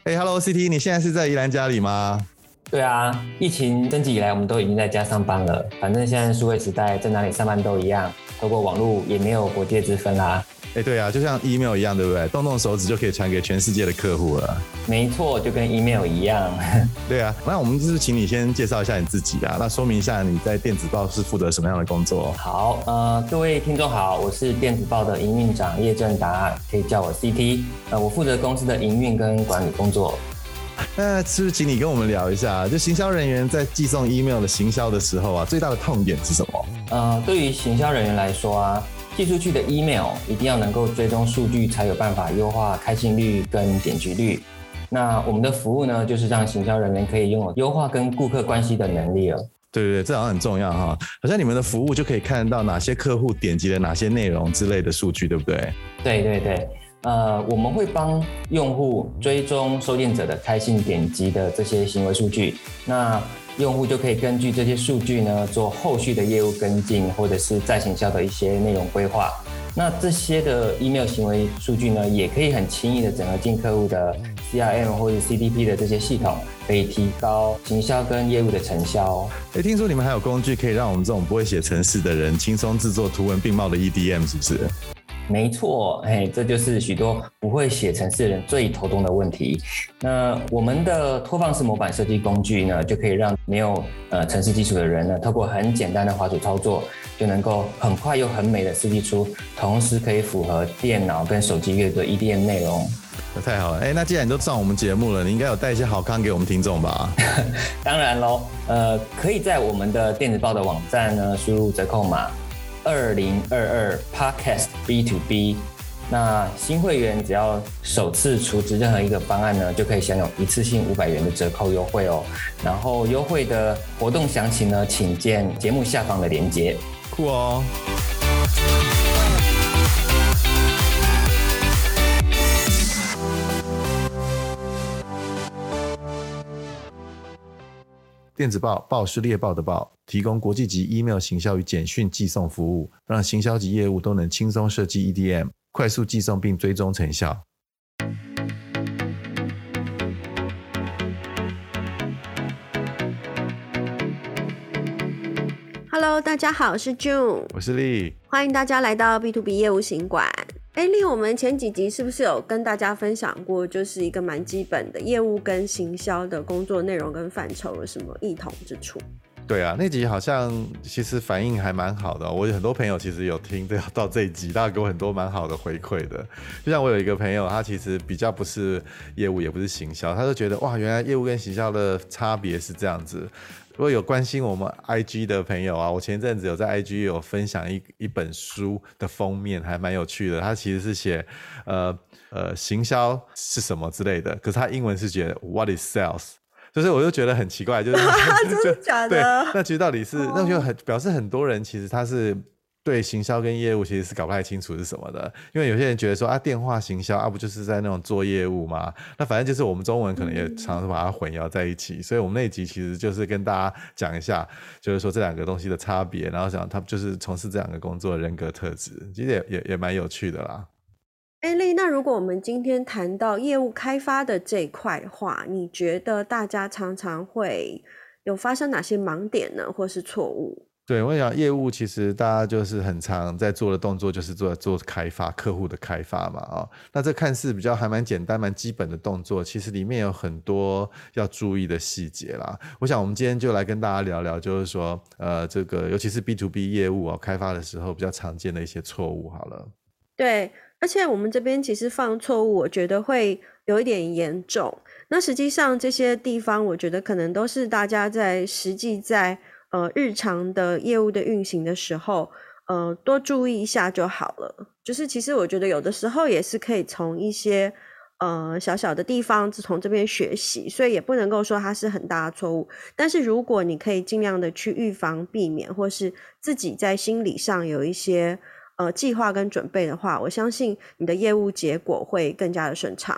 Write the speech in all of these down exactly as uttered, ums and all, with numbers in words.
哎 ，Hello C T，你现在是在宜兰家里吗？ 对啊，疫情升级以来，我们都已经在家上班了。反正现在数位时代，在哪里上班都一样，透过网络也没有国界之分啦。 哎，对啊，就像 email 一样，对不对？动动手指就可以传给全世界的客户了。 没错，就跟 email 一样。 对啊，那我们就是请你先介绍一下你自己啊，那说明一下你在电子报是负责什么样的工作。 好，呃，各位听众好，我是电子报的营运长叶正达，可以叫我 C T。呃，我负责公司的营运跟管理工作。 那是不是请你跟我们聊一下，就行销人员在寄送 email 的行销的时候啊，最大的痛点是什么？ 呃，对于行销人员来说啊，寄出去的 email 一定要能够追踪数据，才有办法优化开信率跟点击率。那我们的服务呢，就是让行销人员可以拥有优化跟顾客关系的能力了。 对对对，这好像很重要哈。好像你们的服务就可以看到哪些客户点击了哪些内容之类的数据，对不对？ 对对对。呃，我们会帮用户追踪收件者的开信点击的这些行为数据，那用户就可以根据这些数据呢，做后续的业务跟进，或者是再行销的一些内容规划。那这些的 email 行为数据呢，也可以很轻易的整合进客户的 C R M 或者 C D P 的这些系统，可以提高行销跟业务的成效。 哎，听说你们还有工具可以让我们这种不会写程式的人轻松制作图文并茂的 E D M， 是不是？ 没错，嘿，这就是许多不会写程式的人最头痛的问题。那我们的拖放式模板设计工具呢，就可以让没有呃程式基础的人呢，透过很简单的滑鼠操作，就能够很快又很美的设计出，同时可以符合电脑跟手机阅读的 E D M 内容。 太好了，哎，那既然你都上我们节目了，你应该有带一些好康给我们听众吧？ 当然喽，呃，可以在我们的电子报的网站呢，输入折扣码二零二二 Podcast B to B， 那新会员只要首次储值任何一个方案呢，就可以享有一次性五百元的折扣优惠哦。然后优惠的活动详情呢，请见节目下方的连结。 酷哦！电子报报是猎豹的报，提供国际级 email 行销与简讯寄送服务，让行销及业务都能轻松设计 E D M， 快速寄送并追踪成效。 Hello， 大家好，我是 June， 我是丽， 欢迎大家来到 B to B 业务行馆。哎，丽，我们前几集是不是有跟大家分享过，就是一个蛮基本的业务跟行销的工作内容跟范畴有什么异同之处？ 对啊，那集好像其实反应还蛮好的、哦，我有很多朋友其实有听到这一集，大家给我很多蛮好的回馈的。就像我有一个朋友，他其实比较不是业务，也不是行销，他就觉得哇，原来业务跟行销的差别是这样子。如果有关心我们 I G 的朋友啊，我前阵子有在 I G 有分享 一, 一本书的封面，还蛮有趣的。它其实是写呃呃行销是什么之类的，可是它英文是写 What is sales？ 就是我就觉得很奇怪，就是真的假的？ 对，那其实到底是、哦、那就很表示很多人其实他是对行销跟业务其实是搞不太清楚是什么的，因为有些人觉得说啊，电话行销啊，不就是在那种做业务吗？那反正就是我们中文可能也常常把它混淆在一起，嗯、所以我们那一集其实就是跟大家讲一下，就是说这两个东西的差别，然后讲他就是从事这两个工作的人格特质，其实也也也蛮有趣的啦。 艾莉，那如果我们今天谈到业务开发的这一块的话，你觉得大家常常会有发生哪些盲点呢，或是错误？ 对，我想业务其实大家就是很常在做的动作就是做做开发，客户的开发嘛、哦、那这看似比较还蛮简单蛮基本的动作，其实里面有很多要注意的细节啦。我想我们今天就来跟大家聊聊，就是说呃，这个尤其是 B to B 业务、哦、开发的时候比较常见的一些错误好了。 对，而且我们这边其实放错误我觉得会有一点严重，那实际上这些地方我觉得可能都是大家在实际在呃日常的业务的运行的时候呃多注意一下就好了。就是其实我觉得有的时候也是可以从一些呃小小的地方从这边学习，所以也不能够说它是很大的错误，但是如果你可以尽量的去预防避免，或是自己在心理上有一些呃计划跟准备的话，我相信你的业务结果会更加的顺畅。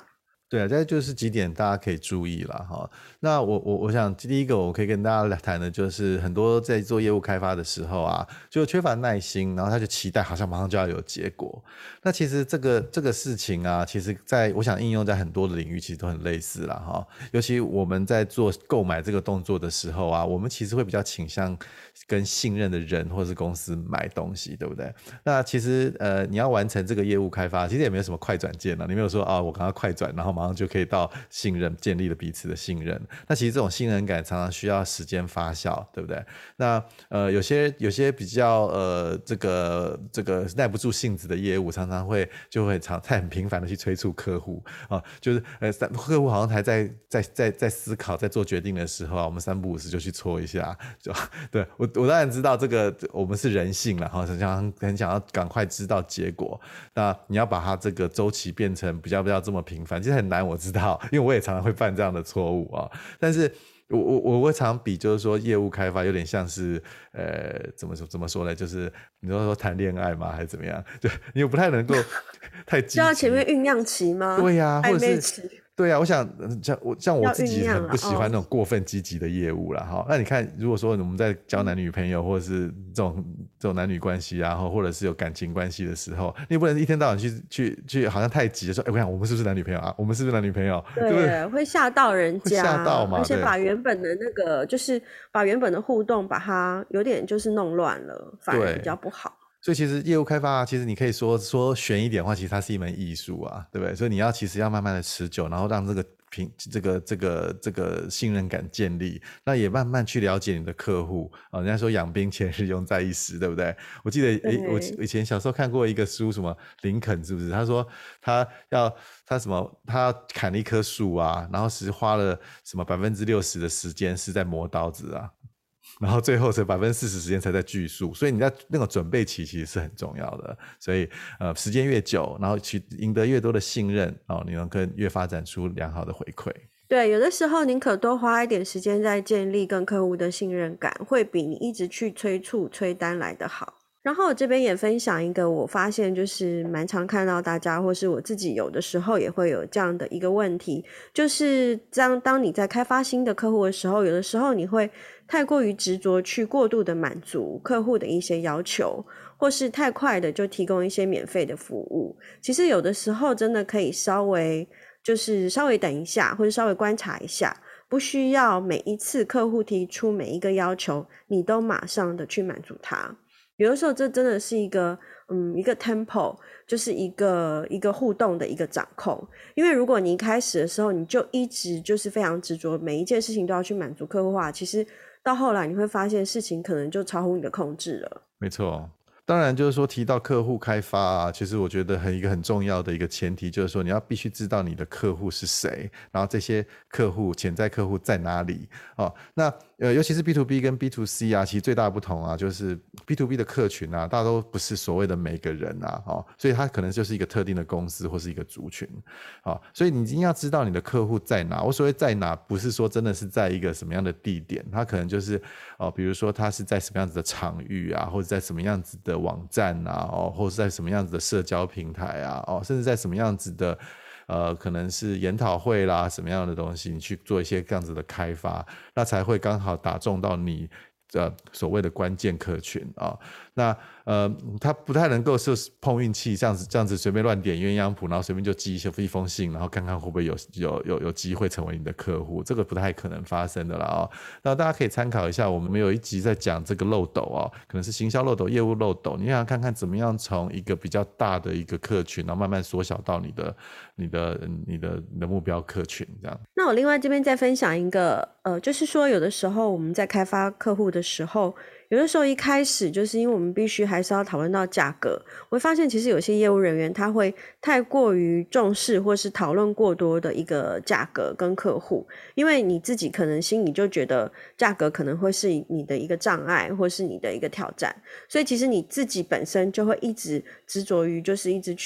对啊，这就是几点大家可以注意了哈。那我我我想第一个我可以跟大家来谈的就是很多在做业务开发的时候啊，就缺乏耐心，然后他就期待好像马上就要有结果。那其实这个这个事情啊，其实在我想应用在很多的领域其实都很类似啦哈。尤其我们在做购买这个动作的时候啊，我们其实会比较倾向跟信任的人或是公司买东西，对不对？那其实呃你要完成这个业务开发，其实也没有什么快转键啊，你没有说啊我赶快快转，然后马上就可以到信任，建立了彼此的信任。那其实这种信任感常常需要时间发酵，对不对？那呃有些有些比较呃这个这个耐不住性子的业务，常常会就会常在很频繁的去催促客户啊，就是呃客户好像还在在在在思考在做决定的时候啊，我们三不五时就去戳一下，就对我我当然知道这个我们是人性啦，很想很想要赶快知道结果。那你要把它这个周期变成比较不要这么频繁，其实很难，我知道，因为我也常常会犯这样的错误啊。但是我我我会常比，就是说业务开发有点像是呃怎么说怎么说呢？就是你说说谈恋爱吗，还是怎么样？就你又不太能够太积极， 就要前面酝酿期吗？ 对呀、啊，或者是。 对啊，我想像我像我自己很不喜欢那种哦、 过分积极的业务啦哈、哦。那你看，如果说我们在交男女朋友，或者是这种这种男女关系啊，或者是有感情关系的时候，你不能一天到晚去去去，好像太急了，说哎，我想我们是不是男女朋友啊？我们是不是男女朋友？ 对，对对会吓到人家， 吓到嘛， 而且把原本的那个就是把原本的互动，把它有点就是弄乱了，反而比较不好。 所以其实业务开发啊，其实你可以说说悬一点的话，其实它是一门艺术啊，对不对？所以你要其实要慢慢的持久，然后让这个平这个这个这个信任感建立，那也慢慢去了解你的客户啊。人家说养兵千日，用在一时，对不对？我记得诶，我以前小时候看过一个书，什么林肯是不是？他说他要他什么，他要砍了一棵树啊，然后是花了什么百分之六十的时间是在磨刀子啊。然后最后是百分之四十时间才在锯树，所以你在那个准备期其实是很重要的。所以呃，时间越久，然后去赢得越多的信任哦，你能更越发展出良好的回馈。 对，有的时候宁可多花一点时间在建立跟客户的信任感，会比你一直去催促催单来得好。然后我这边也分享一个我发现就是蛮常看到大家或是我自己有的时候也会有这样的一个问题，就是当当你在开发新的客户的时候，有的时候你会太过于执着去过度的满足客户的一些要求，或是太快的就提供一些免费的服务。其实有的时候真的可以稍微就是稍微等一下，或者稍微观察一下，不需要每一次客户提出每一个要求你都马上的去满足他。有的时候这真的是一个嗯一个 tempo， 就是一个一个互动的一个掌控。因为如果你一开始的时候你就一直就是非常执着每一件事情都要去满足客户的话，其实到后来你会发现事情可能就超乎你的控制了。 没错，当然就是说提到客户开发啊，其实我觉得很一个很重要的一个前提就是说你要必须知道你的客户是谁，然后这些客户潜在客户在哪里哦。那呃，尤其是 B to B 跟 B to C 啊，其实最大的不同啊，就是 B to B 的客群啊，大家都不是所谓的每个人啊，哦，所以它可能就是一个特定的公司或是一个族群，哦，所以你一定要知道你的客户在哪。我所谓在哪，不是说真的是在一个什么样的地点，它可能就是哦，比如说它是在什么样子的场域啊，或者在什么样子的网站啊，哦，或者在什么样子的社交平台啊，哦，甚至在什么样子的。呃，可能是研讨会啦，什么样的东西，你去做一些这样子的开发，那才会刚好打中到你呃所谓的关键客群啊、哦。那呃，他不太能够是碰运气，这样子这样子随便乱点鸳鸯谱，然后随便就寄一封信，然后看看会不会有有有有机会成为你的客户，这个不太可能发生的啦哦。那大家可以参考一下，我们有一集在讲这个漏斗哦，可能是行销漏斗、业务漏斗，你想看看怎么样从一个比较大的一个客群，然后慢慢缩小到你的、你的、你的、你的目标客群这样。 那我另外这边再分享一个，呃，就是说有的时候我们在开发客户的时候。有的时候一开始就是因为我们必须还是要讨论到价格，我会发现其实有些业务人员他会太过于重视或是讨论过多的一个价格跟客户，因为你自己可能心里就觉得价格可能会是你的一个障碍或是你的一个挑战，所以其实你自己本身就会一直执着于就是一直去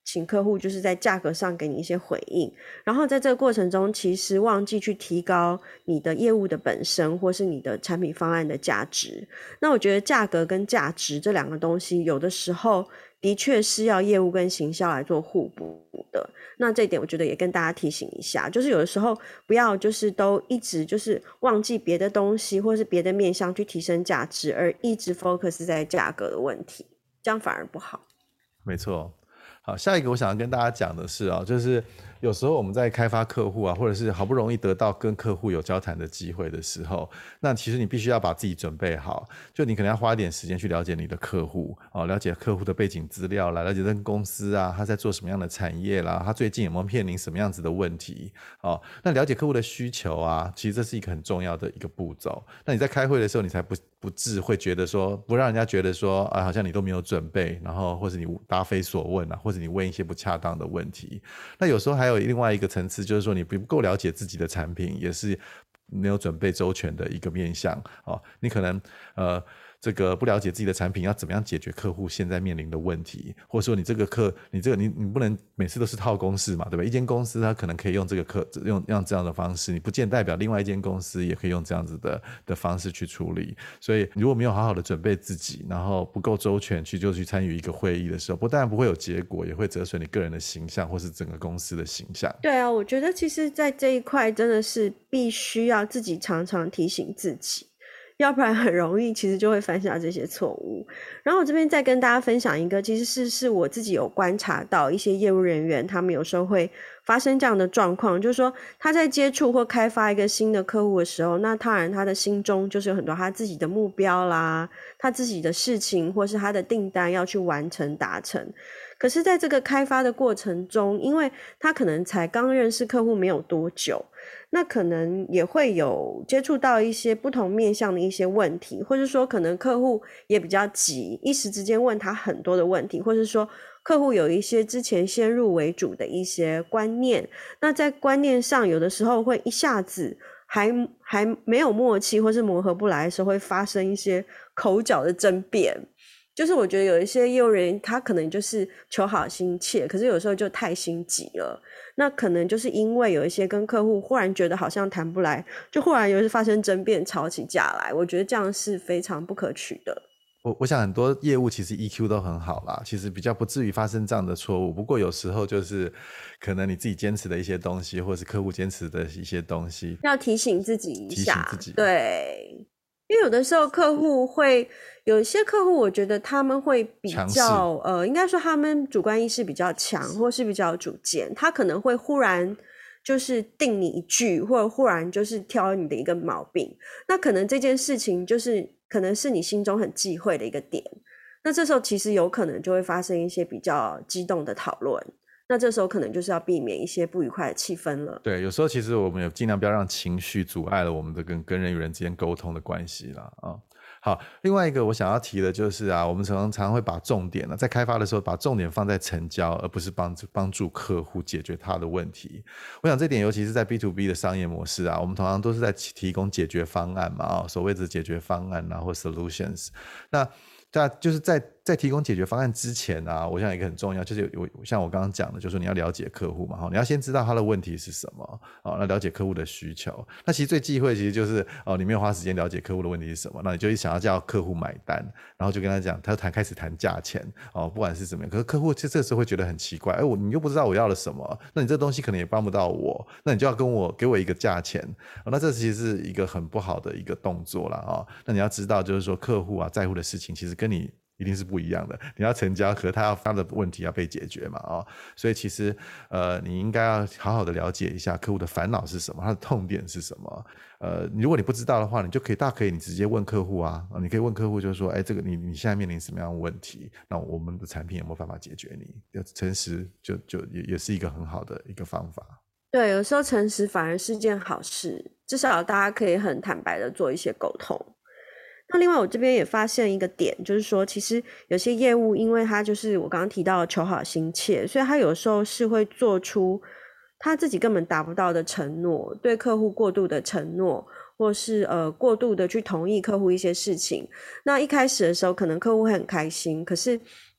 请客户就是在价格上给你一些回应，然后在这个过程中其实忘记去提高你的业务的本身或是你的产品方案的价值。那我觉得价格跟价值这两个东西有的时候的确是要业务跟行销来做互补的，那这一点我觉得也跟大家提醒一下，就是有的时候不要就是都一直就是忘记别的东西或是别的面向去提升价值，而一直 focus 在价格的问题，这样反而不好。 没错。好，下一个我想要跟大家讲的是啊，就是有时候我们在开发客户啊，或者是好不容易得到跟客户有交谈的机会的时候，那其实你必须要把自己准备好，就你可能要花一点时间去了解你的客户哦，了解客户的背景资料啦，了解这个公司啊，他在做什么样的产业啦，他最近有没有面临什么样子的问题哦。那了解客户的需求啊，其实这是一个很重要的一个步骤。那你在开会的时候，你才不不致会觉得说，不让人家觉得说啊，好像你都没有准备，然后或者你答非所问啊，或者你问一些不恰当的问题。那有时候还有另外一个层次，就是说你不够了解自己的产品，也是没有准备周全的一个面向哦。你可能呃。这个不了解自己的产品要怎么样解决客户现在面临的问题，或者说你这个客你这个你你不能每次都是套公式嘛，对吧？一间公司它可能可以用这个客用用这样的方式，你不见代表另外一间公司也可以用这样子的的方式去处理。所以如果没有好好的准备自己，然后不够周全去就去参与一个会议的时候，不但不会有结果，也会折损你个人的形象或是整个公司的形象。 对啊，我觉得其实在这一块真的是必须要自己常常提醒自己，要不然很容易其实就会犯下这些错误。然后我这边再跟大家分享一个，其实是是我自己有观察到一些业务人员他们有时候会发生这样的状况，就是说他在接触或开发一个新的客户的时候，那当然他的心中就是有很多他自己的目标啦，他自己的事情或是他的订单要去完成达成。可是在这个开发的过程中，因为他可能才刚认识客户没有多久，那可能也会有接触到一些不同面向的一些问题，或者说可能客户也比较急，一时之间问他很多的问题，或者说客户有一些之前先入为主的一些观念，那在观念上有的时候会一下子还还没有默契或是磨合不来的时候，会发生一些口角的争辩。就是我觉得有一些业务人员他可能就是求好心切，可是有时候就太心急了，那可能就是因为有一些跟客户忽然觉得好像谈不来，就忽然有一次发生争辩吵起架来，我觉得这样是非常不可取的。 我我想很多业务其实 E Q 都很好啦，其实比较不至于发生这样的错误，不过有时候就是可能你自己坚持的一些东西，或是客户坚持的一些东西， 要提醒自己一下， 提醒自己。 对，因为有的时候客户会有一些客户，我觉得他们会比较呃，应该说他们主观意识比较强，或是比较有主见，他可能会忽然就是定你一句，或者忽然就是挑你的一个毛病，那可能这件事情就是可能是你心中很忌讳的一个点，那这时候其实有可能就会发生一些比较激动的讨论，那这时候可能就是要避免一些不愉快的气氛了。 对，有时候其实我们也尽量不要让情绪阻碍了我们的跟跟人与人之间沟通的关系啦啊。好，另外一个我想要提的就是啊，我们常常会把重点呢、啊，在开发的时候把重点放在成交，而不是帮助帮助客户解决他的问题。我想这点尤其是在 B to B 的商业模式啊，我们通常都是在提供解决方案嘛，啊，所谓的解决方案啊或 solutions， 那那就是在在提供解决方案之前啊，我想一个很重要，就是有像我刚刚讲的，就是你要了解客户嘛，你要先知道他的问题是什么，哦，那了解客户的需求。那其实最忌讳其实就是哦，你没有花时间了解客户的问题是什么，那你就想要叫客户买单，然后就跟他讲，他谈开始谈价钱哦，不管是怎么样，可是客户这这时候会觉得很奇怪，哎，我你又不知道我要了什么，那你这东西可能也帮不到我，那你就要跟我给我一个价钱，哦，那这其实是一个很不好的一个动作啦哦。那你要知道，就是说客户啊在乎的事情，其实跟你一定是不一样的，你要成交，可是他要他的问题要被解决嘛，哦，所以其实呃，你应该要好好的了解一下客户的烦恼是什么，他的痛点是什么。呃，如果你不知道的话，你就可以大可以你直接问客户啊，你可以问客户就是说，哎，这个你你现在面临什么样的问题？那我们的产品有没有办法解决你？要诚实就就也也是一个很好的一个方法。 对，有时候诚实反而是件好事，至少大家可以很坦白的做一些沟通。那另外我这边也发现一个点，就是说其实有些业务因为他就是我刚刚提到的求好心切，所以他有时候是会做出他自己根本达不到的承诺，对客户过度的承诺，或是呃过度的去同意客户一些事情。那一开始的时候可能客户会很开心，可是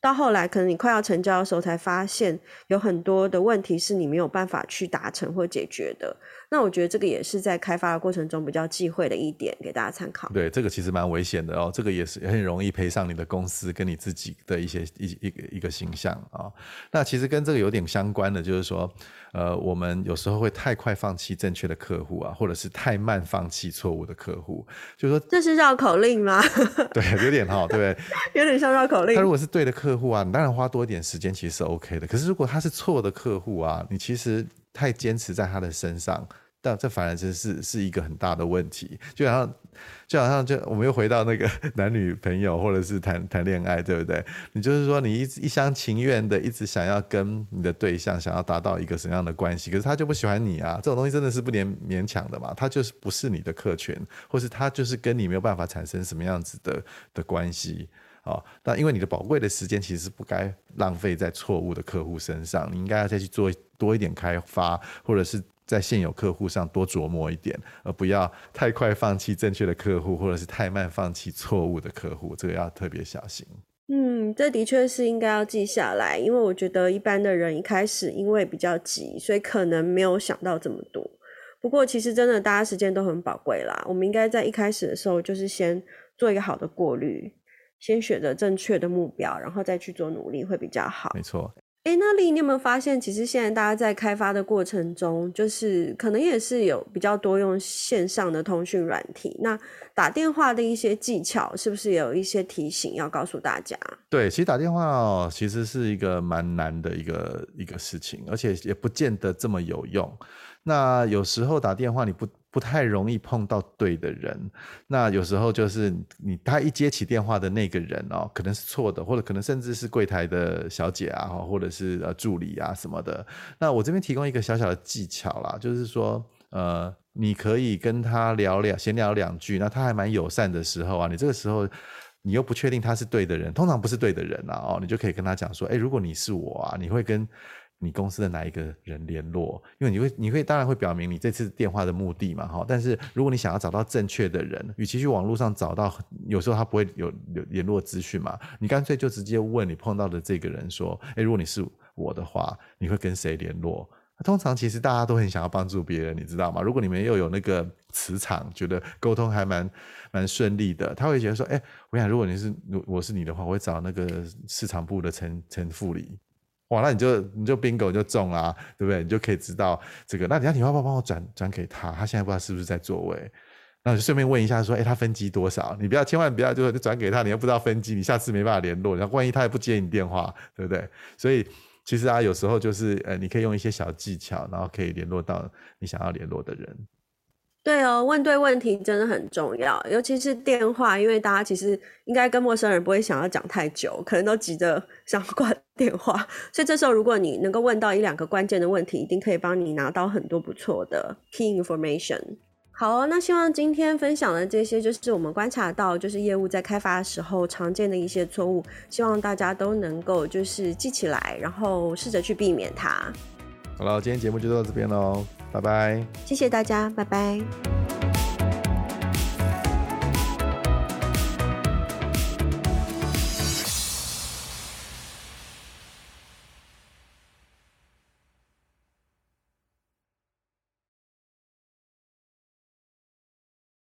到后来可能你快要成交的时候才发现有很多的问题是你没有办法去达成或解决的。那我觉得这个也是在开发的过程中比较忌讳的一点，给大家参考。 对，这个其实蛮危险的哦，这个也是很容易赔上你的公司跟你自己的一些一一个一个形象啊、哦。那其实跟这个有点相关的，就是说，呃，我们有时候会太快放弃正确的客户啊，或者是太慢放弃错误的客户，就是说， 这是绕口令吗？ 对，有点哈、哦，对不对？ 有点像绕口令。 他如果是对的客户啊，你当然花多一点时间其实是 OK 的。可是如果他是错的客户啊，你其实太坚持在他的身上。但这反而是是一个很大的问题，就好像就好像就我们又回到那个男女朋友或者是谈谈恋爱，对不对？你就是说你一一厢情愿的一直想要跟你的对象想要达到一个什么样的关系，可是他就不喜欢你啊，这种东西真的是不勉勉强的嘛，他就是不是你的客群，或是他就是跟你没有办法产生什么样子的的关系。哦，那因为你的宝贵的时间其实不该浪费在错误的客户身上，你应该要再去做多一点开发，或者是在现有客户上多琢磨一点，而不要太快放弃正确的客户，或者是太慢放弃错误的客户，这个要特别小心。 嗯，这的确是应该要记下来，因为我觉得一般的人一开始因为比较急，所以可能没有想到这么多。不过其实真的大家时间都很宝贵啦，我们应该在一开始的时候就是先做一个好的过滤，先选择正确的目标，然后再去做努力会比较好。 没错。 诶，那丽，你有没有发现其实现在大家在开发的过程中，就是可能也是有比较多用线上的通讯软体，那打电话的一些技巧是不是有一些提醒要告诉大家？ 对，其实打电话哦，其实是一个蛮难的一个一个事情，而且也不见得这么有用。那有时候打电话你不不太容易碰到对的人，那有时候就是你他一接起电话的那个人哦，可能是错的，或者可能甚至是柜台的小姐啊，或者是呃助理啊什么的。那我这边提供一个小小的技巧啦，就是说呃，你可以跟他聊两闲聊两句，那他还蛮友善的时候啊，你这个时候你又不确定他是对的人，通常不是对的人啊，哦，你就可以跟他讲说，哎，如果你是我啊，你会跟你公司的哪一个人联络？因为你会，你会当然会表明你这次电话的目的嘛，哈。但是如果你想要找到正确的人，与其去网络上找到，有时候他不会有有联络资讯嘛，你干脆就直接问你碰到的这个人说，哎，如果你是我的话，你会跟谁联络？通常其实大家都很想要帮助别人，你知道吗？如果你们又有那个磁场，觉得沟通还蛮蛮顺利的，他会觉得说，哎，我想如果你是我是你的话，我会找那个市场部的陈陈副理。哇，那你就你就 bingo 就中啦，对不对？你就可以知道这个。那你要你要不要帮我转转给他？他现在不知道是不是在座位。那你就顺便问一下说，哎，他分机多少？你不要千万不要就转给他，你又不知道分机，你下次没办法联络。然后万一他也不接你电话，对不对？所以其实啊，有时候就是呃，你可以用一些小技巧，然后可以联络到你想要联络的人。 对哦，问对问题真的很重要，尤其是电话，因为大家其实应该跟陌生人不会想要讲太久，可能都急着想挂电话，所以这时候如果你能够问到一两个关键的问题，一定可以帮你拿到很多不错的 key information。好哦，那希望今天分享的这些就是我们观察到就是业务在开发的时候常见的一些错误，希望大家都能够就是记起来，然后试着去避免它。 好了，今天节目就到这边咯，拜拜。 谢谢大家，拜拜。